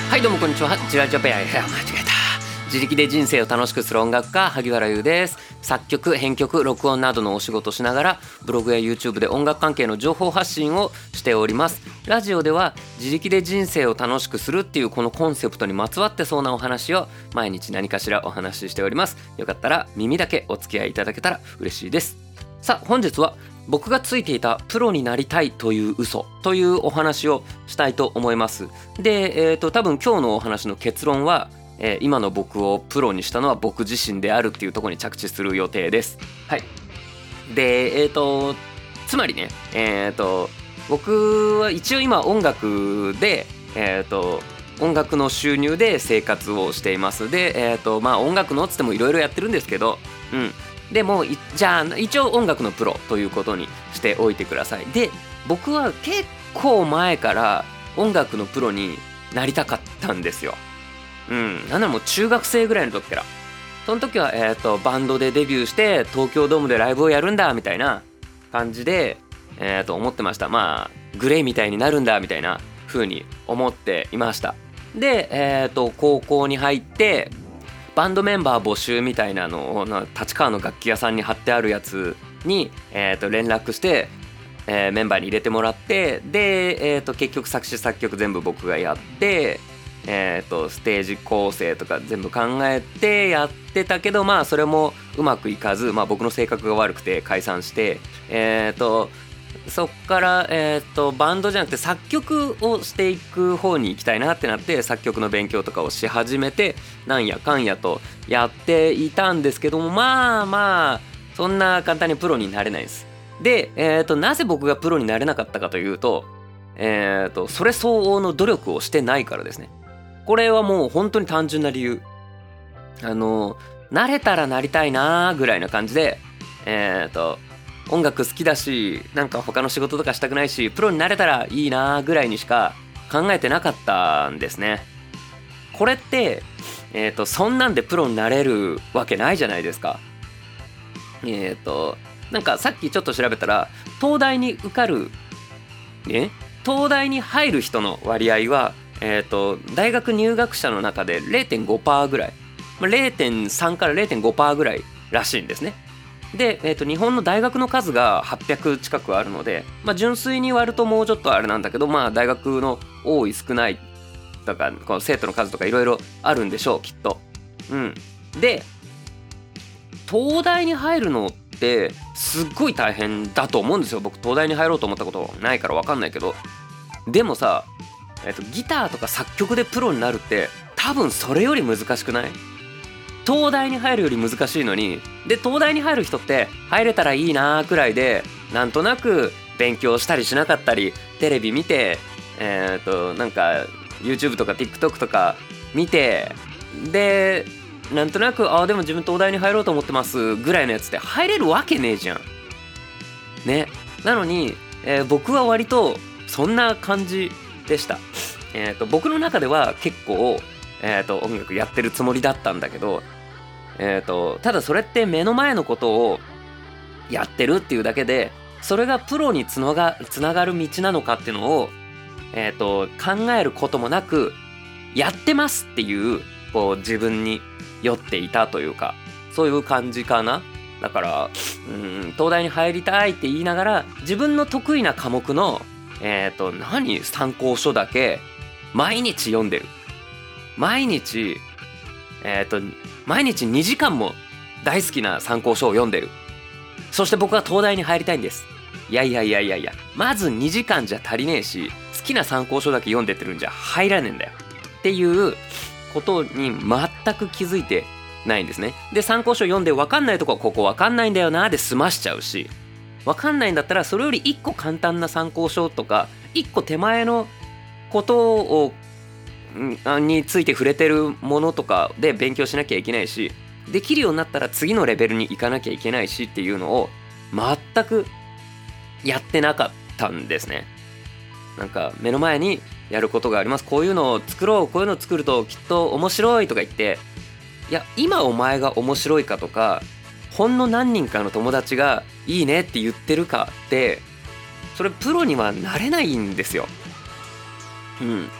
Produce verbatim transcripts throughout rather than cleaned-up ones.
はいどうもこんにちは。ジラジョペア、いや間違えた。自力で人生を楽しくする音楽家萩原優です。作曲、編曲、録音などのお仕事しながらブログや YouTube で音楽関係の情報発信をしております。ラジオでは自力で人生を楽しくするっていうこのコンセプトにまつわってそうなお話を毎日何かしらお話ししております。よかったら耳だけお付き合いいただけたら嬉しいです。さあ本日は僕がついていたプロになりたいという嘘というお話をしたいと思います。で、えーと、多分今日のお話の結論は、えー、今の僕をプロにしたのは僕自身であるっていうところに着地する予定です。はい。で、えーと、つまりね、えーと、僕は一応今音楽で、えーと、音楽の収入で生活をしています。で、えーと、まあ音楽のつってもいろいろやってるんですけど、うん。でもじゃあ一応音楽のプロということにしておいてください。で僕は結構前から音楽のプロになりたかったんですよ。うんなんならもう中学生ぐらいの時から。その時は、えーとバンドでデビューして東京ドームでライブをやるんだみたいな感じで、えーと思ってました。まあグレイみたいになるんだみたいな風に思っていました。で、えーと高校に入ってバンドメンバー募集みたいなのを立川の楽器屋さんに貼ってあるやつに、えー、と連絡して、えー、メンバーに入れてもらって、で、えー、と結局作詞作曲全部僕がやって、えー、とステージ構成とか全部考えてやってたけど、まあそれもうまくいかず、まあ、僕の性格が悪くて解散して、えー、とそっから、えー、とバンドじゃなくて作曲をしていく方に行きたいなってなって作曲の勉強とかをし始めてなんやかんやとやっていたんですけども、まあまあそんな簡単にプロになれないです。で、えー、となぜ僕がプロになれなかったかというと、えー、とそれ相応の努力をしてないからですね。これはもう本当に単純な理由。あのなれたらなりたいなぐらいな感じで、えー、と音楽好きだしなんか他の仕事とかしたくないしプロになれたらいいなぐらいにしか考えてなかったんですね。これって、えーと、そんなんでプロになれるわけないじゃないですか。えーとなんかさっきちょっと調べたら東大に受かるね東大に入る人の割合は、えーと、大学入学者の中で れいてんごパーセント ぐらい、まあ、れいてんさん から れいてんごパーセント ぐらいらしいんですね。で、えーと、日本の大学の数がはっぴゃく近くあるので、まあ、純粋に割るともうちょっとあれなんだけど、まあ大学の多い少ないとかこの生徒の数とかいろいろあるんでしょうきっと。うん。で東大に入るのってすっごい大変だと思うんですよ。僕東大に入ろうと思ったことないから分かんないけど、でもさ、えーと、ギターとか作曲でプロになるって多分それより難しくない？東大に入るより難しいのに、で東大に入る人って入れたらいいなくらいでなんとなく勉強したりしなかったりテレビ見て、えーとなんか YouTube とか TikTok とか見て、でなんとなくあでも自分東大に入ろうと思ってますぐらいのやつって入れるわけねえじゃんね。なのに、えー、僕は割とそんな感じでした。えーと僕の中では結構、えーと音楽やってるつもりだったんだけど、えーと、ただそれって目の前のことをやってるっていうだけでそれがプロにつなが、つながる道なのかっていうのを、えーと、考えることもなくやってますっていう、こう自分に酔っていたというかそういう感じかな。だからうん東大に入りたいって言いながら自分の得意な科目のえーと何参考書だけ毎日読んでる。毎日えーと毎日にじかんも大好きな参考書を読んでる。そして僕は東大に入りたいんです。いやいやいやいやいや、まずにじかんじゃ足りねえし好きな参考書だけ読んでってるんじゃ入らねえんだよっていうことに全く気づいてないんですね。で参考書読んで分かんないとこはここ分かんないんだよなで済ましちゃうし、分かんないんだったらそれよりいっこ簡単な参考書とかいっこ手前のことをについて触れてるものとかで勉強しなきゃいけないし、できるようになったら次のレベルに行かなきゃいけないしっていうのを全くやってなかったんですね。なんか目の前にやることがあります、こういうのを作ろう、こういうのを作るときっと面白いとか言って、いや今お前が面白いかとかほんの何人かの友達がいいねって言ってるかってそれプロにはなれないんですよ。うん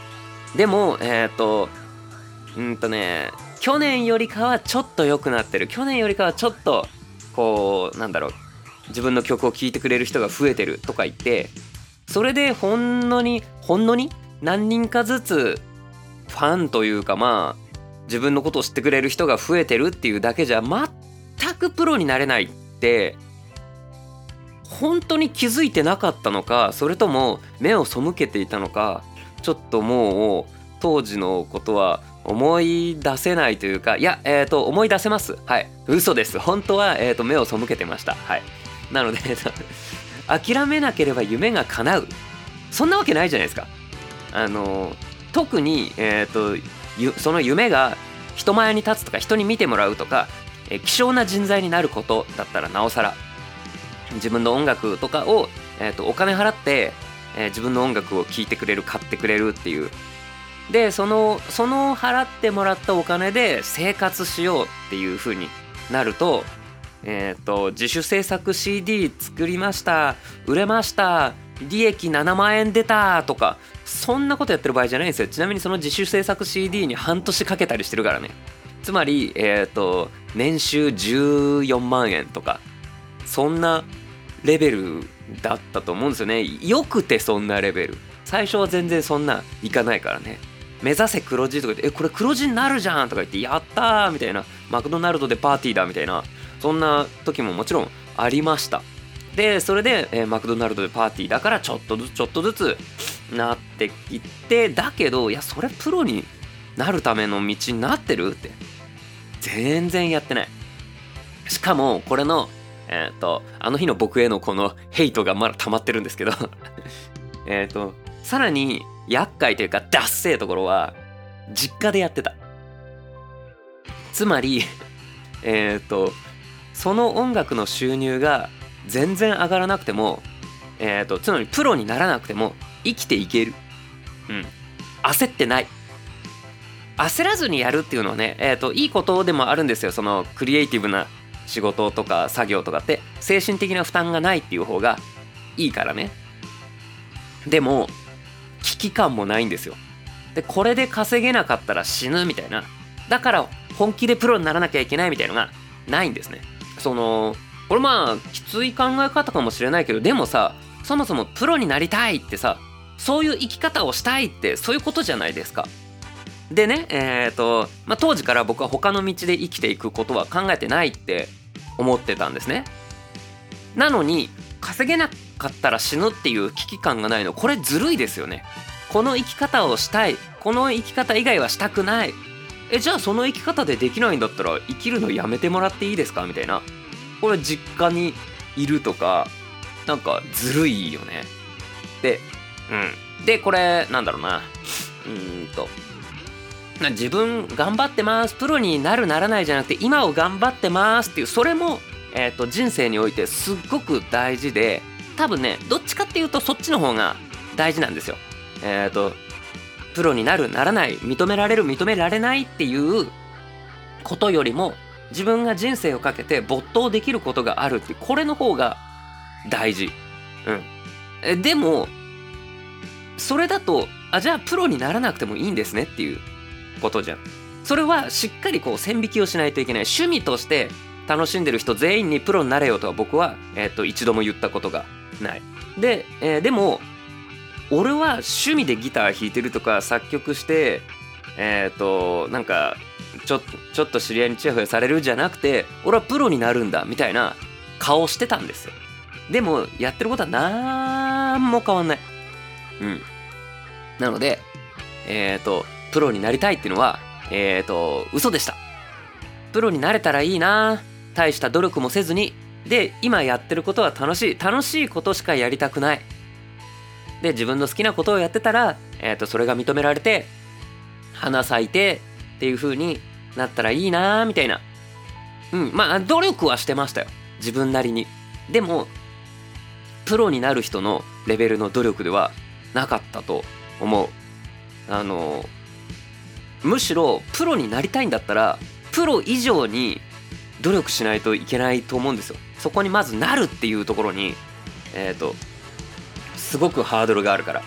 でもえっとうんとね去年よりかはちょっと良くなってる。去年よりかはちょっとこうなんだろう、自分の曲を聴いてくれる人が増えてるとか言って、それでほんのにほんのに何人かずつファンというか、まあ自分のことを知ってくれる人が増えてるっていうだけじゃ全くプロになれないって本当に気づいてなかったのか、それとも目を背けていたのか、ちょっともう当時のことは思い出せないというか、いやえっ、ー、と思い出せます。はい、嘘です。本当はえっ、ー、と目を背けてました。はい、なので諦めなければ夢が叶う、そんなわけないじゃないですか。あの特にえっ、ー、とその夢が人前に立つとか人に見てもらうとか、え希少な人材になることだったらなおさら、自分の音楽とかを、えー、とお金払って、えー、自分の音楽を聴いてくれる、買ってくれるっていう、でそのその払ってもらったお金で生活しようっていう風になると、えー、と自主制作 シーディー 作りました、売れました、利益ななまんえん出たとか、そんなことやってる場合じゃないんですよ。ちなみにその自主制作 シーディー に半年かけたりしてるからね。つまり、えー、と年収じゅうよんまんえんとか、そんなレベルだったと思うんですよね。よくてそんなレベル。最初は全然そんないかないからね。目指せ黒字とか言って、えこれ黒字になるじゃんとか言って、やったーみたいな、マクドナルドでパーティーだみたいな、そんな時ももちろんありました。でそれで、えー、マクドナルドでパーティーだからちょっとずつちょっとずつなっていって、だけどいやそれプロになるための道になってるって全然やってない。しかもこれのえっとあの日の僕へのこのヘイトがまだ溜まってるんですけどえっとさらに厄介というかダッセーところは実家でやってた。つまりえっとその音楽の収入が全然上がらなくても、えっとつまりプロにならなくても生きていける。うん焦ってない。焦らずにやるっていうのはね、えっといいことでもあるんですよ。そのクリエイティブな仕事とか作業とかって精神的な負担がないっていう方がいいからね。でも危機感もないんですよ。でこれで稼げなかったら死ぬみたいな、だから本気でプロにならなきゃいけないみたいのがないんですね。そのこれまあきつい考え方かもしれないけど、でもさ、そもそもプロになりたいってさ、そういう生き方をしたいってそういうことじゃないですか。でねえっと、まあ、当時から僕は他の道で生きていくことは考えてないって思ってたんですね。なのに稼げなかったら死ぬっていう危機感がないの、これずるいですよね。この生き方をしたい、この生き方以外はしたくない、えじゃあその生き方でできないんだったら生きるのやめてもらっていいですかみたいな。これ実家にいるとかなんかずるいよね。でうんでこれなんだろうな、うーんと自分頑張ってます、プロになるならないじゃなくて今を頑張ってますっていう、それも、えーと人生においてすっごく大事で、多分ねどっちかっていうとそっちの方が大事なんですよ。えっとプロになるならない、認められる認められないっていうことよりも、自分が人生をかけて没頭できることがあるっていう、これの方が大事。うんえでもそれだとあじゃあプロにならなくてもいいんですねっていうことじゃん。それはしっかりこう線引きをしないといけない。趣味として楽しんでる人全員にプロになれよとは僕は、えー、と一度も言ったことがない。で、えー、でも俺は趣味でギター弾いてるとか作曲してえっ、ー、となんかちょっとちょっと知り合いにチヤホヤされるじゃなくて、俺はプロになるんだみたいな顔してたんですよ。でもやってることはなんも変わんない。うんなのでえっ、ー、とプロになりたいっていうのはえっ、ー、と嘘でした。プロになれたらいいな、大した努力もせずに、で今やってることは楽しい楽しいことしかやりたくない、で自分の好きなことをやってたら、えー、とそれが認められて花咲いてっていう風になったらいいなみたいな。うんまあ努力はしてましたよ、自分なりに。でもプロになる人のレベルの努力ではなかったと思う。あのむしろプロになりたいんだったらプロ以上に努力しないといけないと思うんですよ。そこにまずなるっていうところにえっ、ー、とすごくハードルがあるから。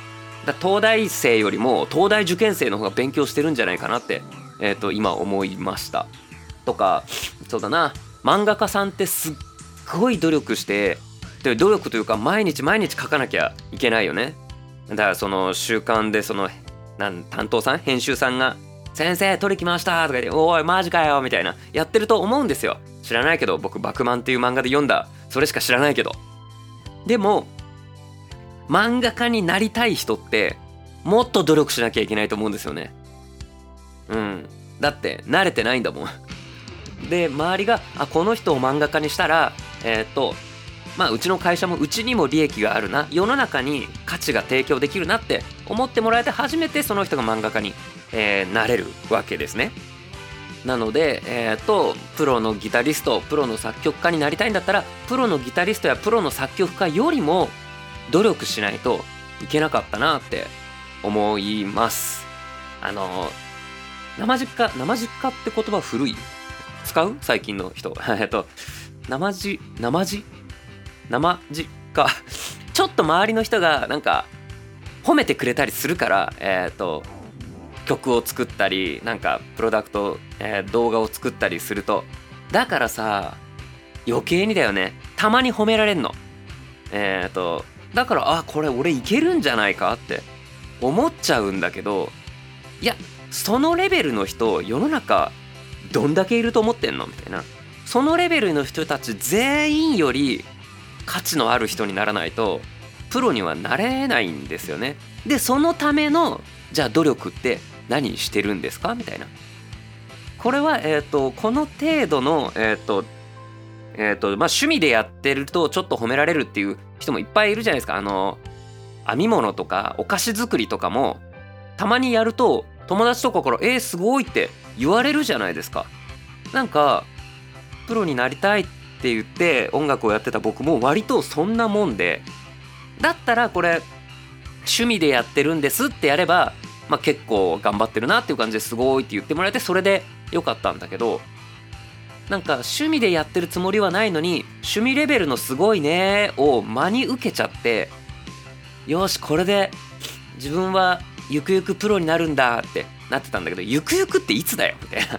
だ東大生よりも東大受験生の方が勉強してるんじゃないかなって、えー、と今思いました。とかそうだな、漫画家さんってすっごい努力して、で努力というか毎日毎日書かなきゃいけないよね。だからその週刊でそのなん担当さん編集さんが先生取り来ましたとか言っておいマジかよみたいなやってると思うんですよ。知らないけど僕バクマンっていう漫画で読んだそれしか知らないけど、でも漫画家になりたい人ってもっと努力しなきゃいけないと思うんですよね。うんだって慣れてないんだもんで周りがあこの人を漫画家にしたらえー、っとまあうちの会社もうちにも利益があるな、世の中に価値が提供できるなって思ってもらえて初めてその人が漫画家に、えー、なれるわけですね。なので、えー、とプロのギタリストプロの作曲家になりたいんだったらプロのギタリストやプロの作曲家よりも努力しないといけなかったなって思います。あの生実家生実家って言葉古い使う最近の人えっと生じ生じ生実家ちょっと周りの人がなんか褒めてくれたりするからえっと曲を作ったりなんかプロダクト、えー、動画を作ったりするとだからさ余計にだよね、たまに褒められんの。えっとだからあこれ俺いけるんじゃないかって思っちゃうんだけど、いやそのレベルの人世の中どんだけいると思ってんのみたいな、そのレベルの人たち全員より価値のある人にならないとプロにはなれないんですよね。でそのためのじゃあ努力って何してるんですかみたいな。これはえっとこの程度のえっとえっとまあ趣味でやってるとちょっと褒められるっていう人もいっぱいいるじゃないですか。あの編み物とかお菓子作りとかもたまにやると友達とかからえー、すごいって言われるじゃないですか。なんかプロになりたいって言って音楽をやってた僕も割とそんなもんで、だったらこれ趣味でやってるんですってやれば、まあ、結構頑張ってるなっていう感じですごいって言ってもらえてそれでよかったんだけど、なんか趣味でやってるつもりはないのに趣味レベルのすごいねを真に受けちゃって、よしこれで自分はゆくゆくプロになるんだってなってたんだけど、ゆくゆくっていつだよみたいな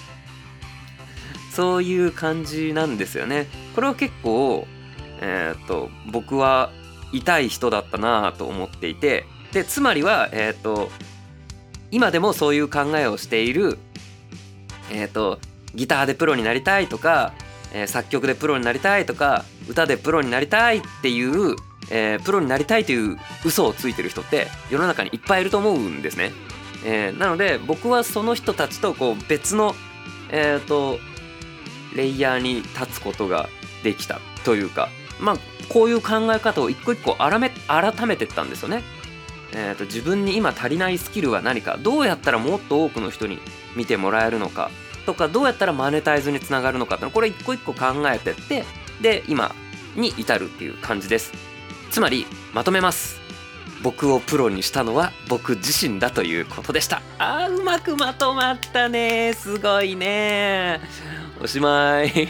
そういう感じなんですよね。これは結構えー、っと僕は痛い人だったなと思っていて、でつまりはえー、っと今でもそういう考えをしているえー、っとギターでプロになりたいとか、えー、作曲でプロになりたいとか歌でプロになりたいっていう、えー、プロになりたいという嘘をついてる人って世の中にいっぱいいると思うんですね。えー、なので僕はその人たちとこう別のえー、っとレイヤーに立つことができたというか、まあこういう考え方を一個一個改め改めてったんですよね。えー、と自分に今足りないスキルは何か、どうやったらもっと多くの人に見てもらえるのかとか、どうやったらマネタイズにつながるのかってのこれ一個一個考えてって、で今に至るっていう感じです。つまりまとめます。僕をプロにしたのは僕自身だということでした。あーうまくまとまったね、すごいね。おしまい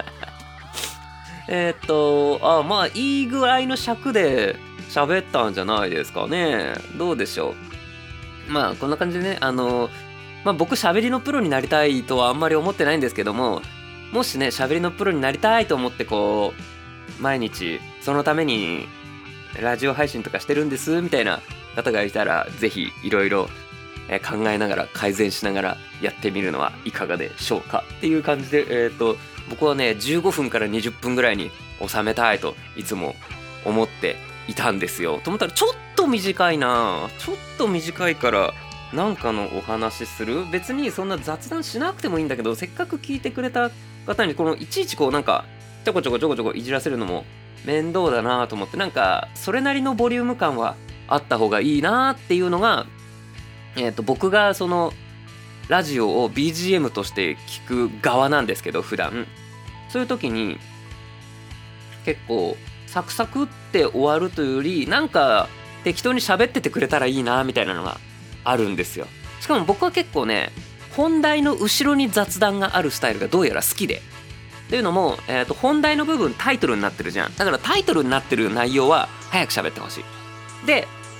えっとあまあいいぐらいの尺で喋ったんじゃないですかね。どうでしょう。まあこんな感じでね、あのまあ僕喋りのプロになりたいとはあんまり思ってないんですけども、もしね喋りのプロになりたいと思ってこう毎日そのためにラジオ配信とかしてるんですみたいな方がいたら、ぜひいろいろ考えながら改善しながらやってみるのはいかがでしょうかっていう感じで、えっと僕はねじゅうごふんからにじゅっぷんぐらいに収めたいといつも思っていたんですよ。と思ったらちょっと短いな、ちょっと短いからなんかのお話する、別にそんな雑談しなくてもいいんだけど、せっかく聞いてくれた方にこのいちいちこうなんかちょこちょこちょこちょこいじらせるのも面倒だなと思って、なんかそれなりのボリューム感はあった方がいいなっていうのが、えーと僕がそのラジオを ビージーエム として聞く側なんですけど、普段そういう時に結構サクサクって終わるというより、なんか適当に喋っててくれたらいいなみたいなのがあるんですよ。しかも僕は結構ね本題の後ろに雑談があるスタイルがどうやら好きで、というのも、えーと本題の部分タイトルになってるじゃん。だからタイトルになってる内容は早く喋ってほしい。で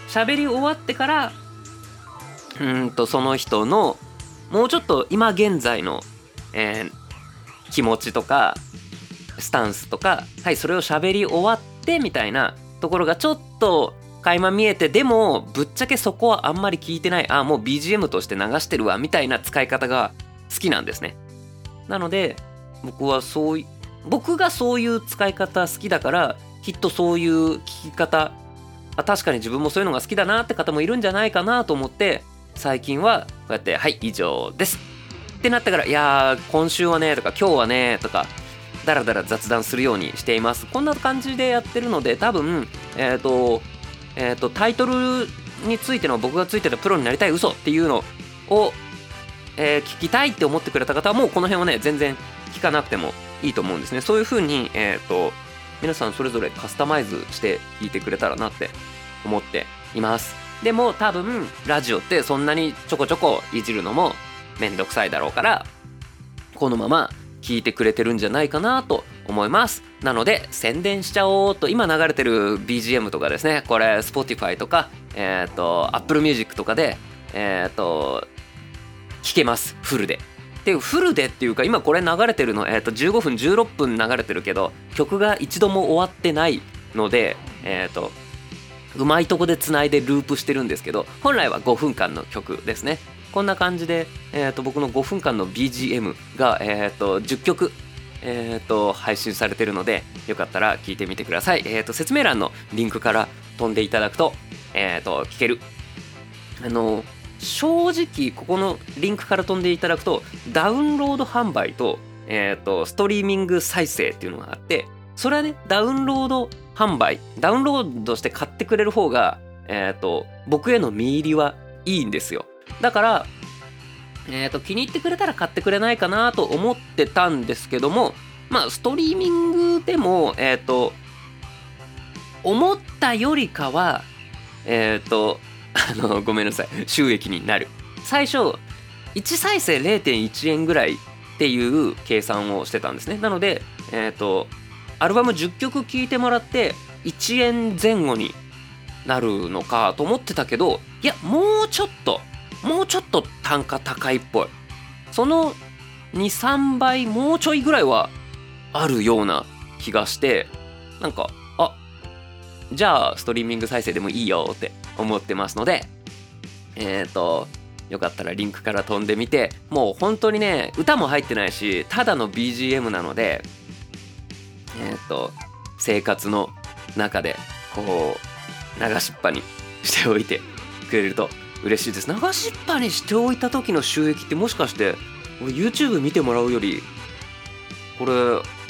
喋り終わってからうーんとその人のもうちょっと今現在の、えー、気持ちとかスタンスとか、はい、それを喋り終わってみたいなところがちょっと垣間見えて、でもぶっちゃけそこはあんまり聞いてない、あもう ビージーエム として流してるわみたいな使い方が好きなんですね。なので僕はそうい僕がそういう使い方好きだから、きっとそういう聞き方、あ確かに自分もそういうのが好きだなって方もいるんじゃないかなと思って、最近はこうやってはい以上ですってなってから、いやー今週はねとか今日はねとかだらだら雑談するようにしています。こんな感じでやってるので、多分えっとえっとタイトルについての僕がついてたプロになりたい嘘っていうのを、えー、聞きたいって思ってくれた方はもうこの辺はね全然聞かなくてもいいと思うんですね。そういう風にえっと皆さんそれぞれカスタマイズして聞いてくれたらなって思っています。でも多分ラジオってそんなにちょこちょこいじるのもめんどくさいだろうから、このまま聞いてくれてるんじゃないかなと思います。なので宣伝しちゃおうと、今流れてる ビージーエム とかですね、これ Spotify とかえっと Apple Music とかでえっと聞けます、フルで。でフルでっていうか、今これ流れてるの、えー、とじゅうごふんじゅうろっぷん流れてるけど曲が一度も終わってないので、えっとうまいとこでつないでループしてるんですけど、本来はごふんかんの曲ですね。こんな感じで、えー、と僕のごふんかんの ビージーエム が、えー、とじゅっきょく、えー、と配信されてるので、よかったら聞いてみてください。えー、と説明欄のリンクから飛んでいただくと,、えー、と聞ける。あの正直ここのリンクから飛んでいただくとダウンロード販売と、えー、とストリーミング再生っていうのがあって、それはねダウンロード販売ダウンロードして買ってくれる方が、えー、と僕への見入りはいいんですよ。だから、えー、と気に入ってくれたら買ってくれないかなと思ってたんですけども、まあストリーミングでもえっ、ー、と思ったよりかはえっ、ー、とあのごめんなさい収益になる。最初いち再生 れいてんいちえんぐらいっていう計算をしてたんですね。なのでえっ、ー、とアルバムじゅっきょく聴いてもらっていちえんぜん後になるのかと思ってたけど、いやもうちょっともうちょっと単価高いっぽい。その に,さん 倍もうちょいぐらいはあるような気がして、なんかあじゃあストリーミング再生でもいいよって思ってますので、えっとよかったらリンクから飛んでみて、もう本当にね歌も入ってないしただの ビージーエム なので、えっと生活の中でこう流しっぱにしておいてくれると嬉しいです。流しっぱにしておいた時の収益って、もしかして俺 YouTube 見てもらうよりこれ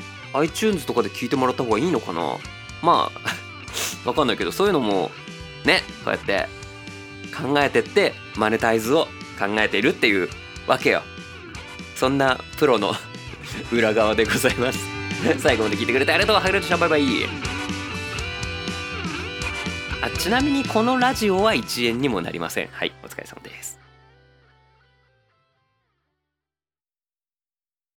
iTunes とかで聞いてもらった方がいいのかな。まあわかんないけど、そういうのもねこうやって考えてってマネタイズを考えているっていうわけよ。そんなプロの裏側でございます最後まで聞いてくれてありがとう。ハグレットシャンバイバイ。あちなみにこのラジオはいちえんにもなりません。はい、お疲れ様です。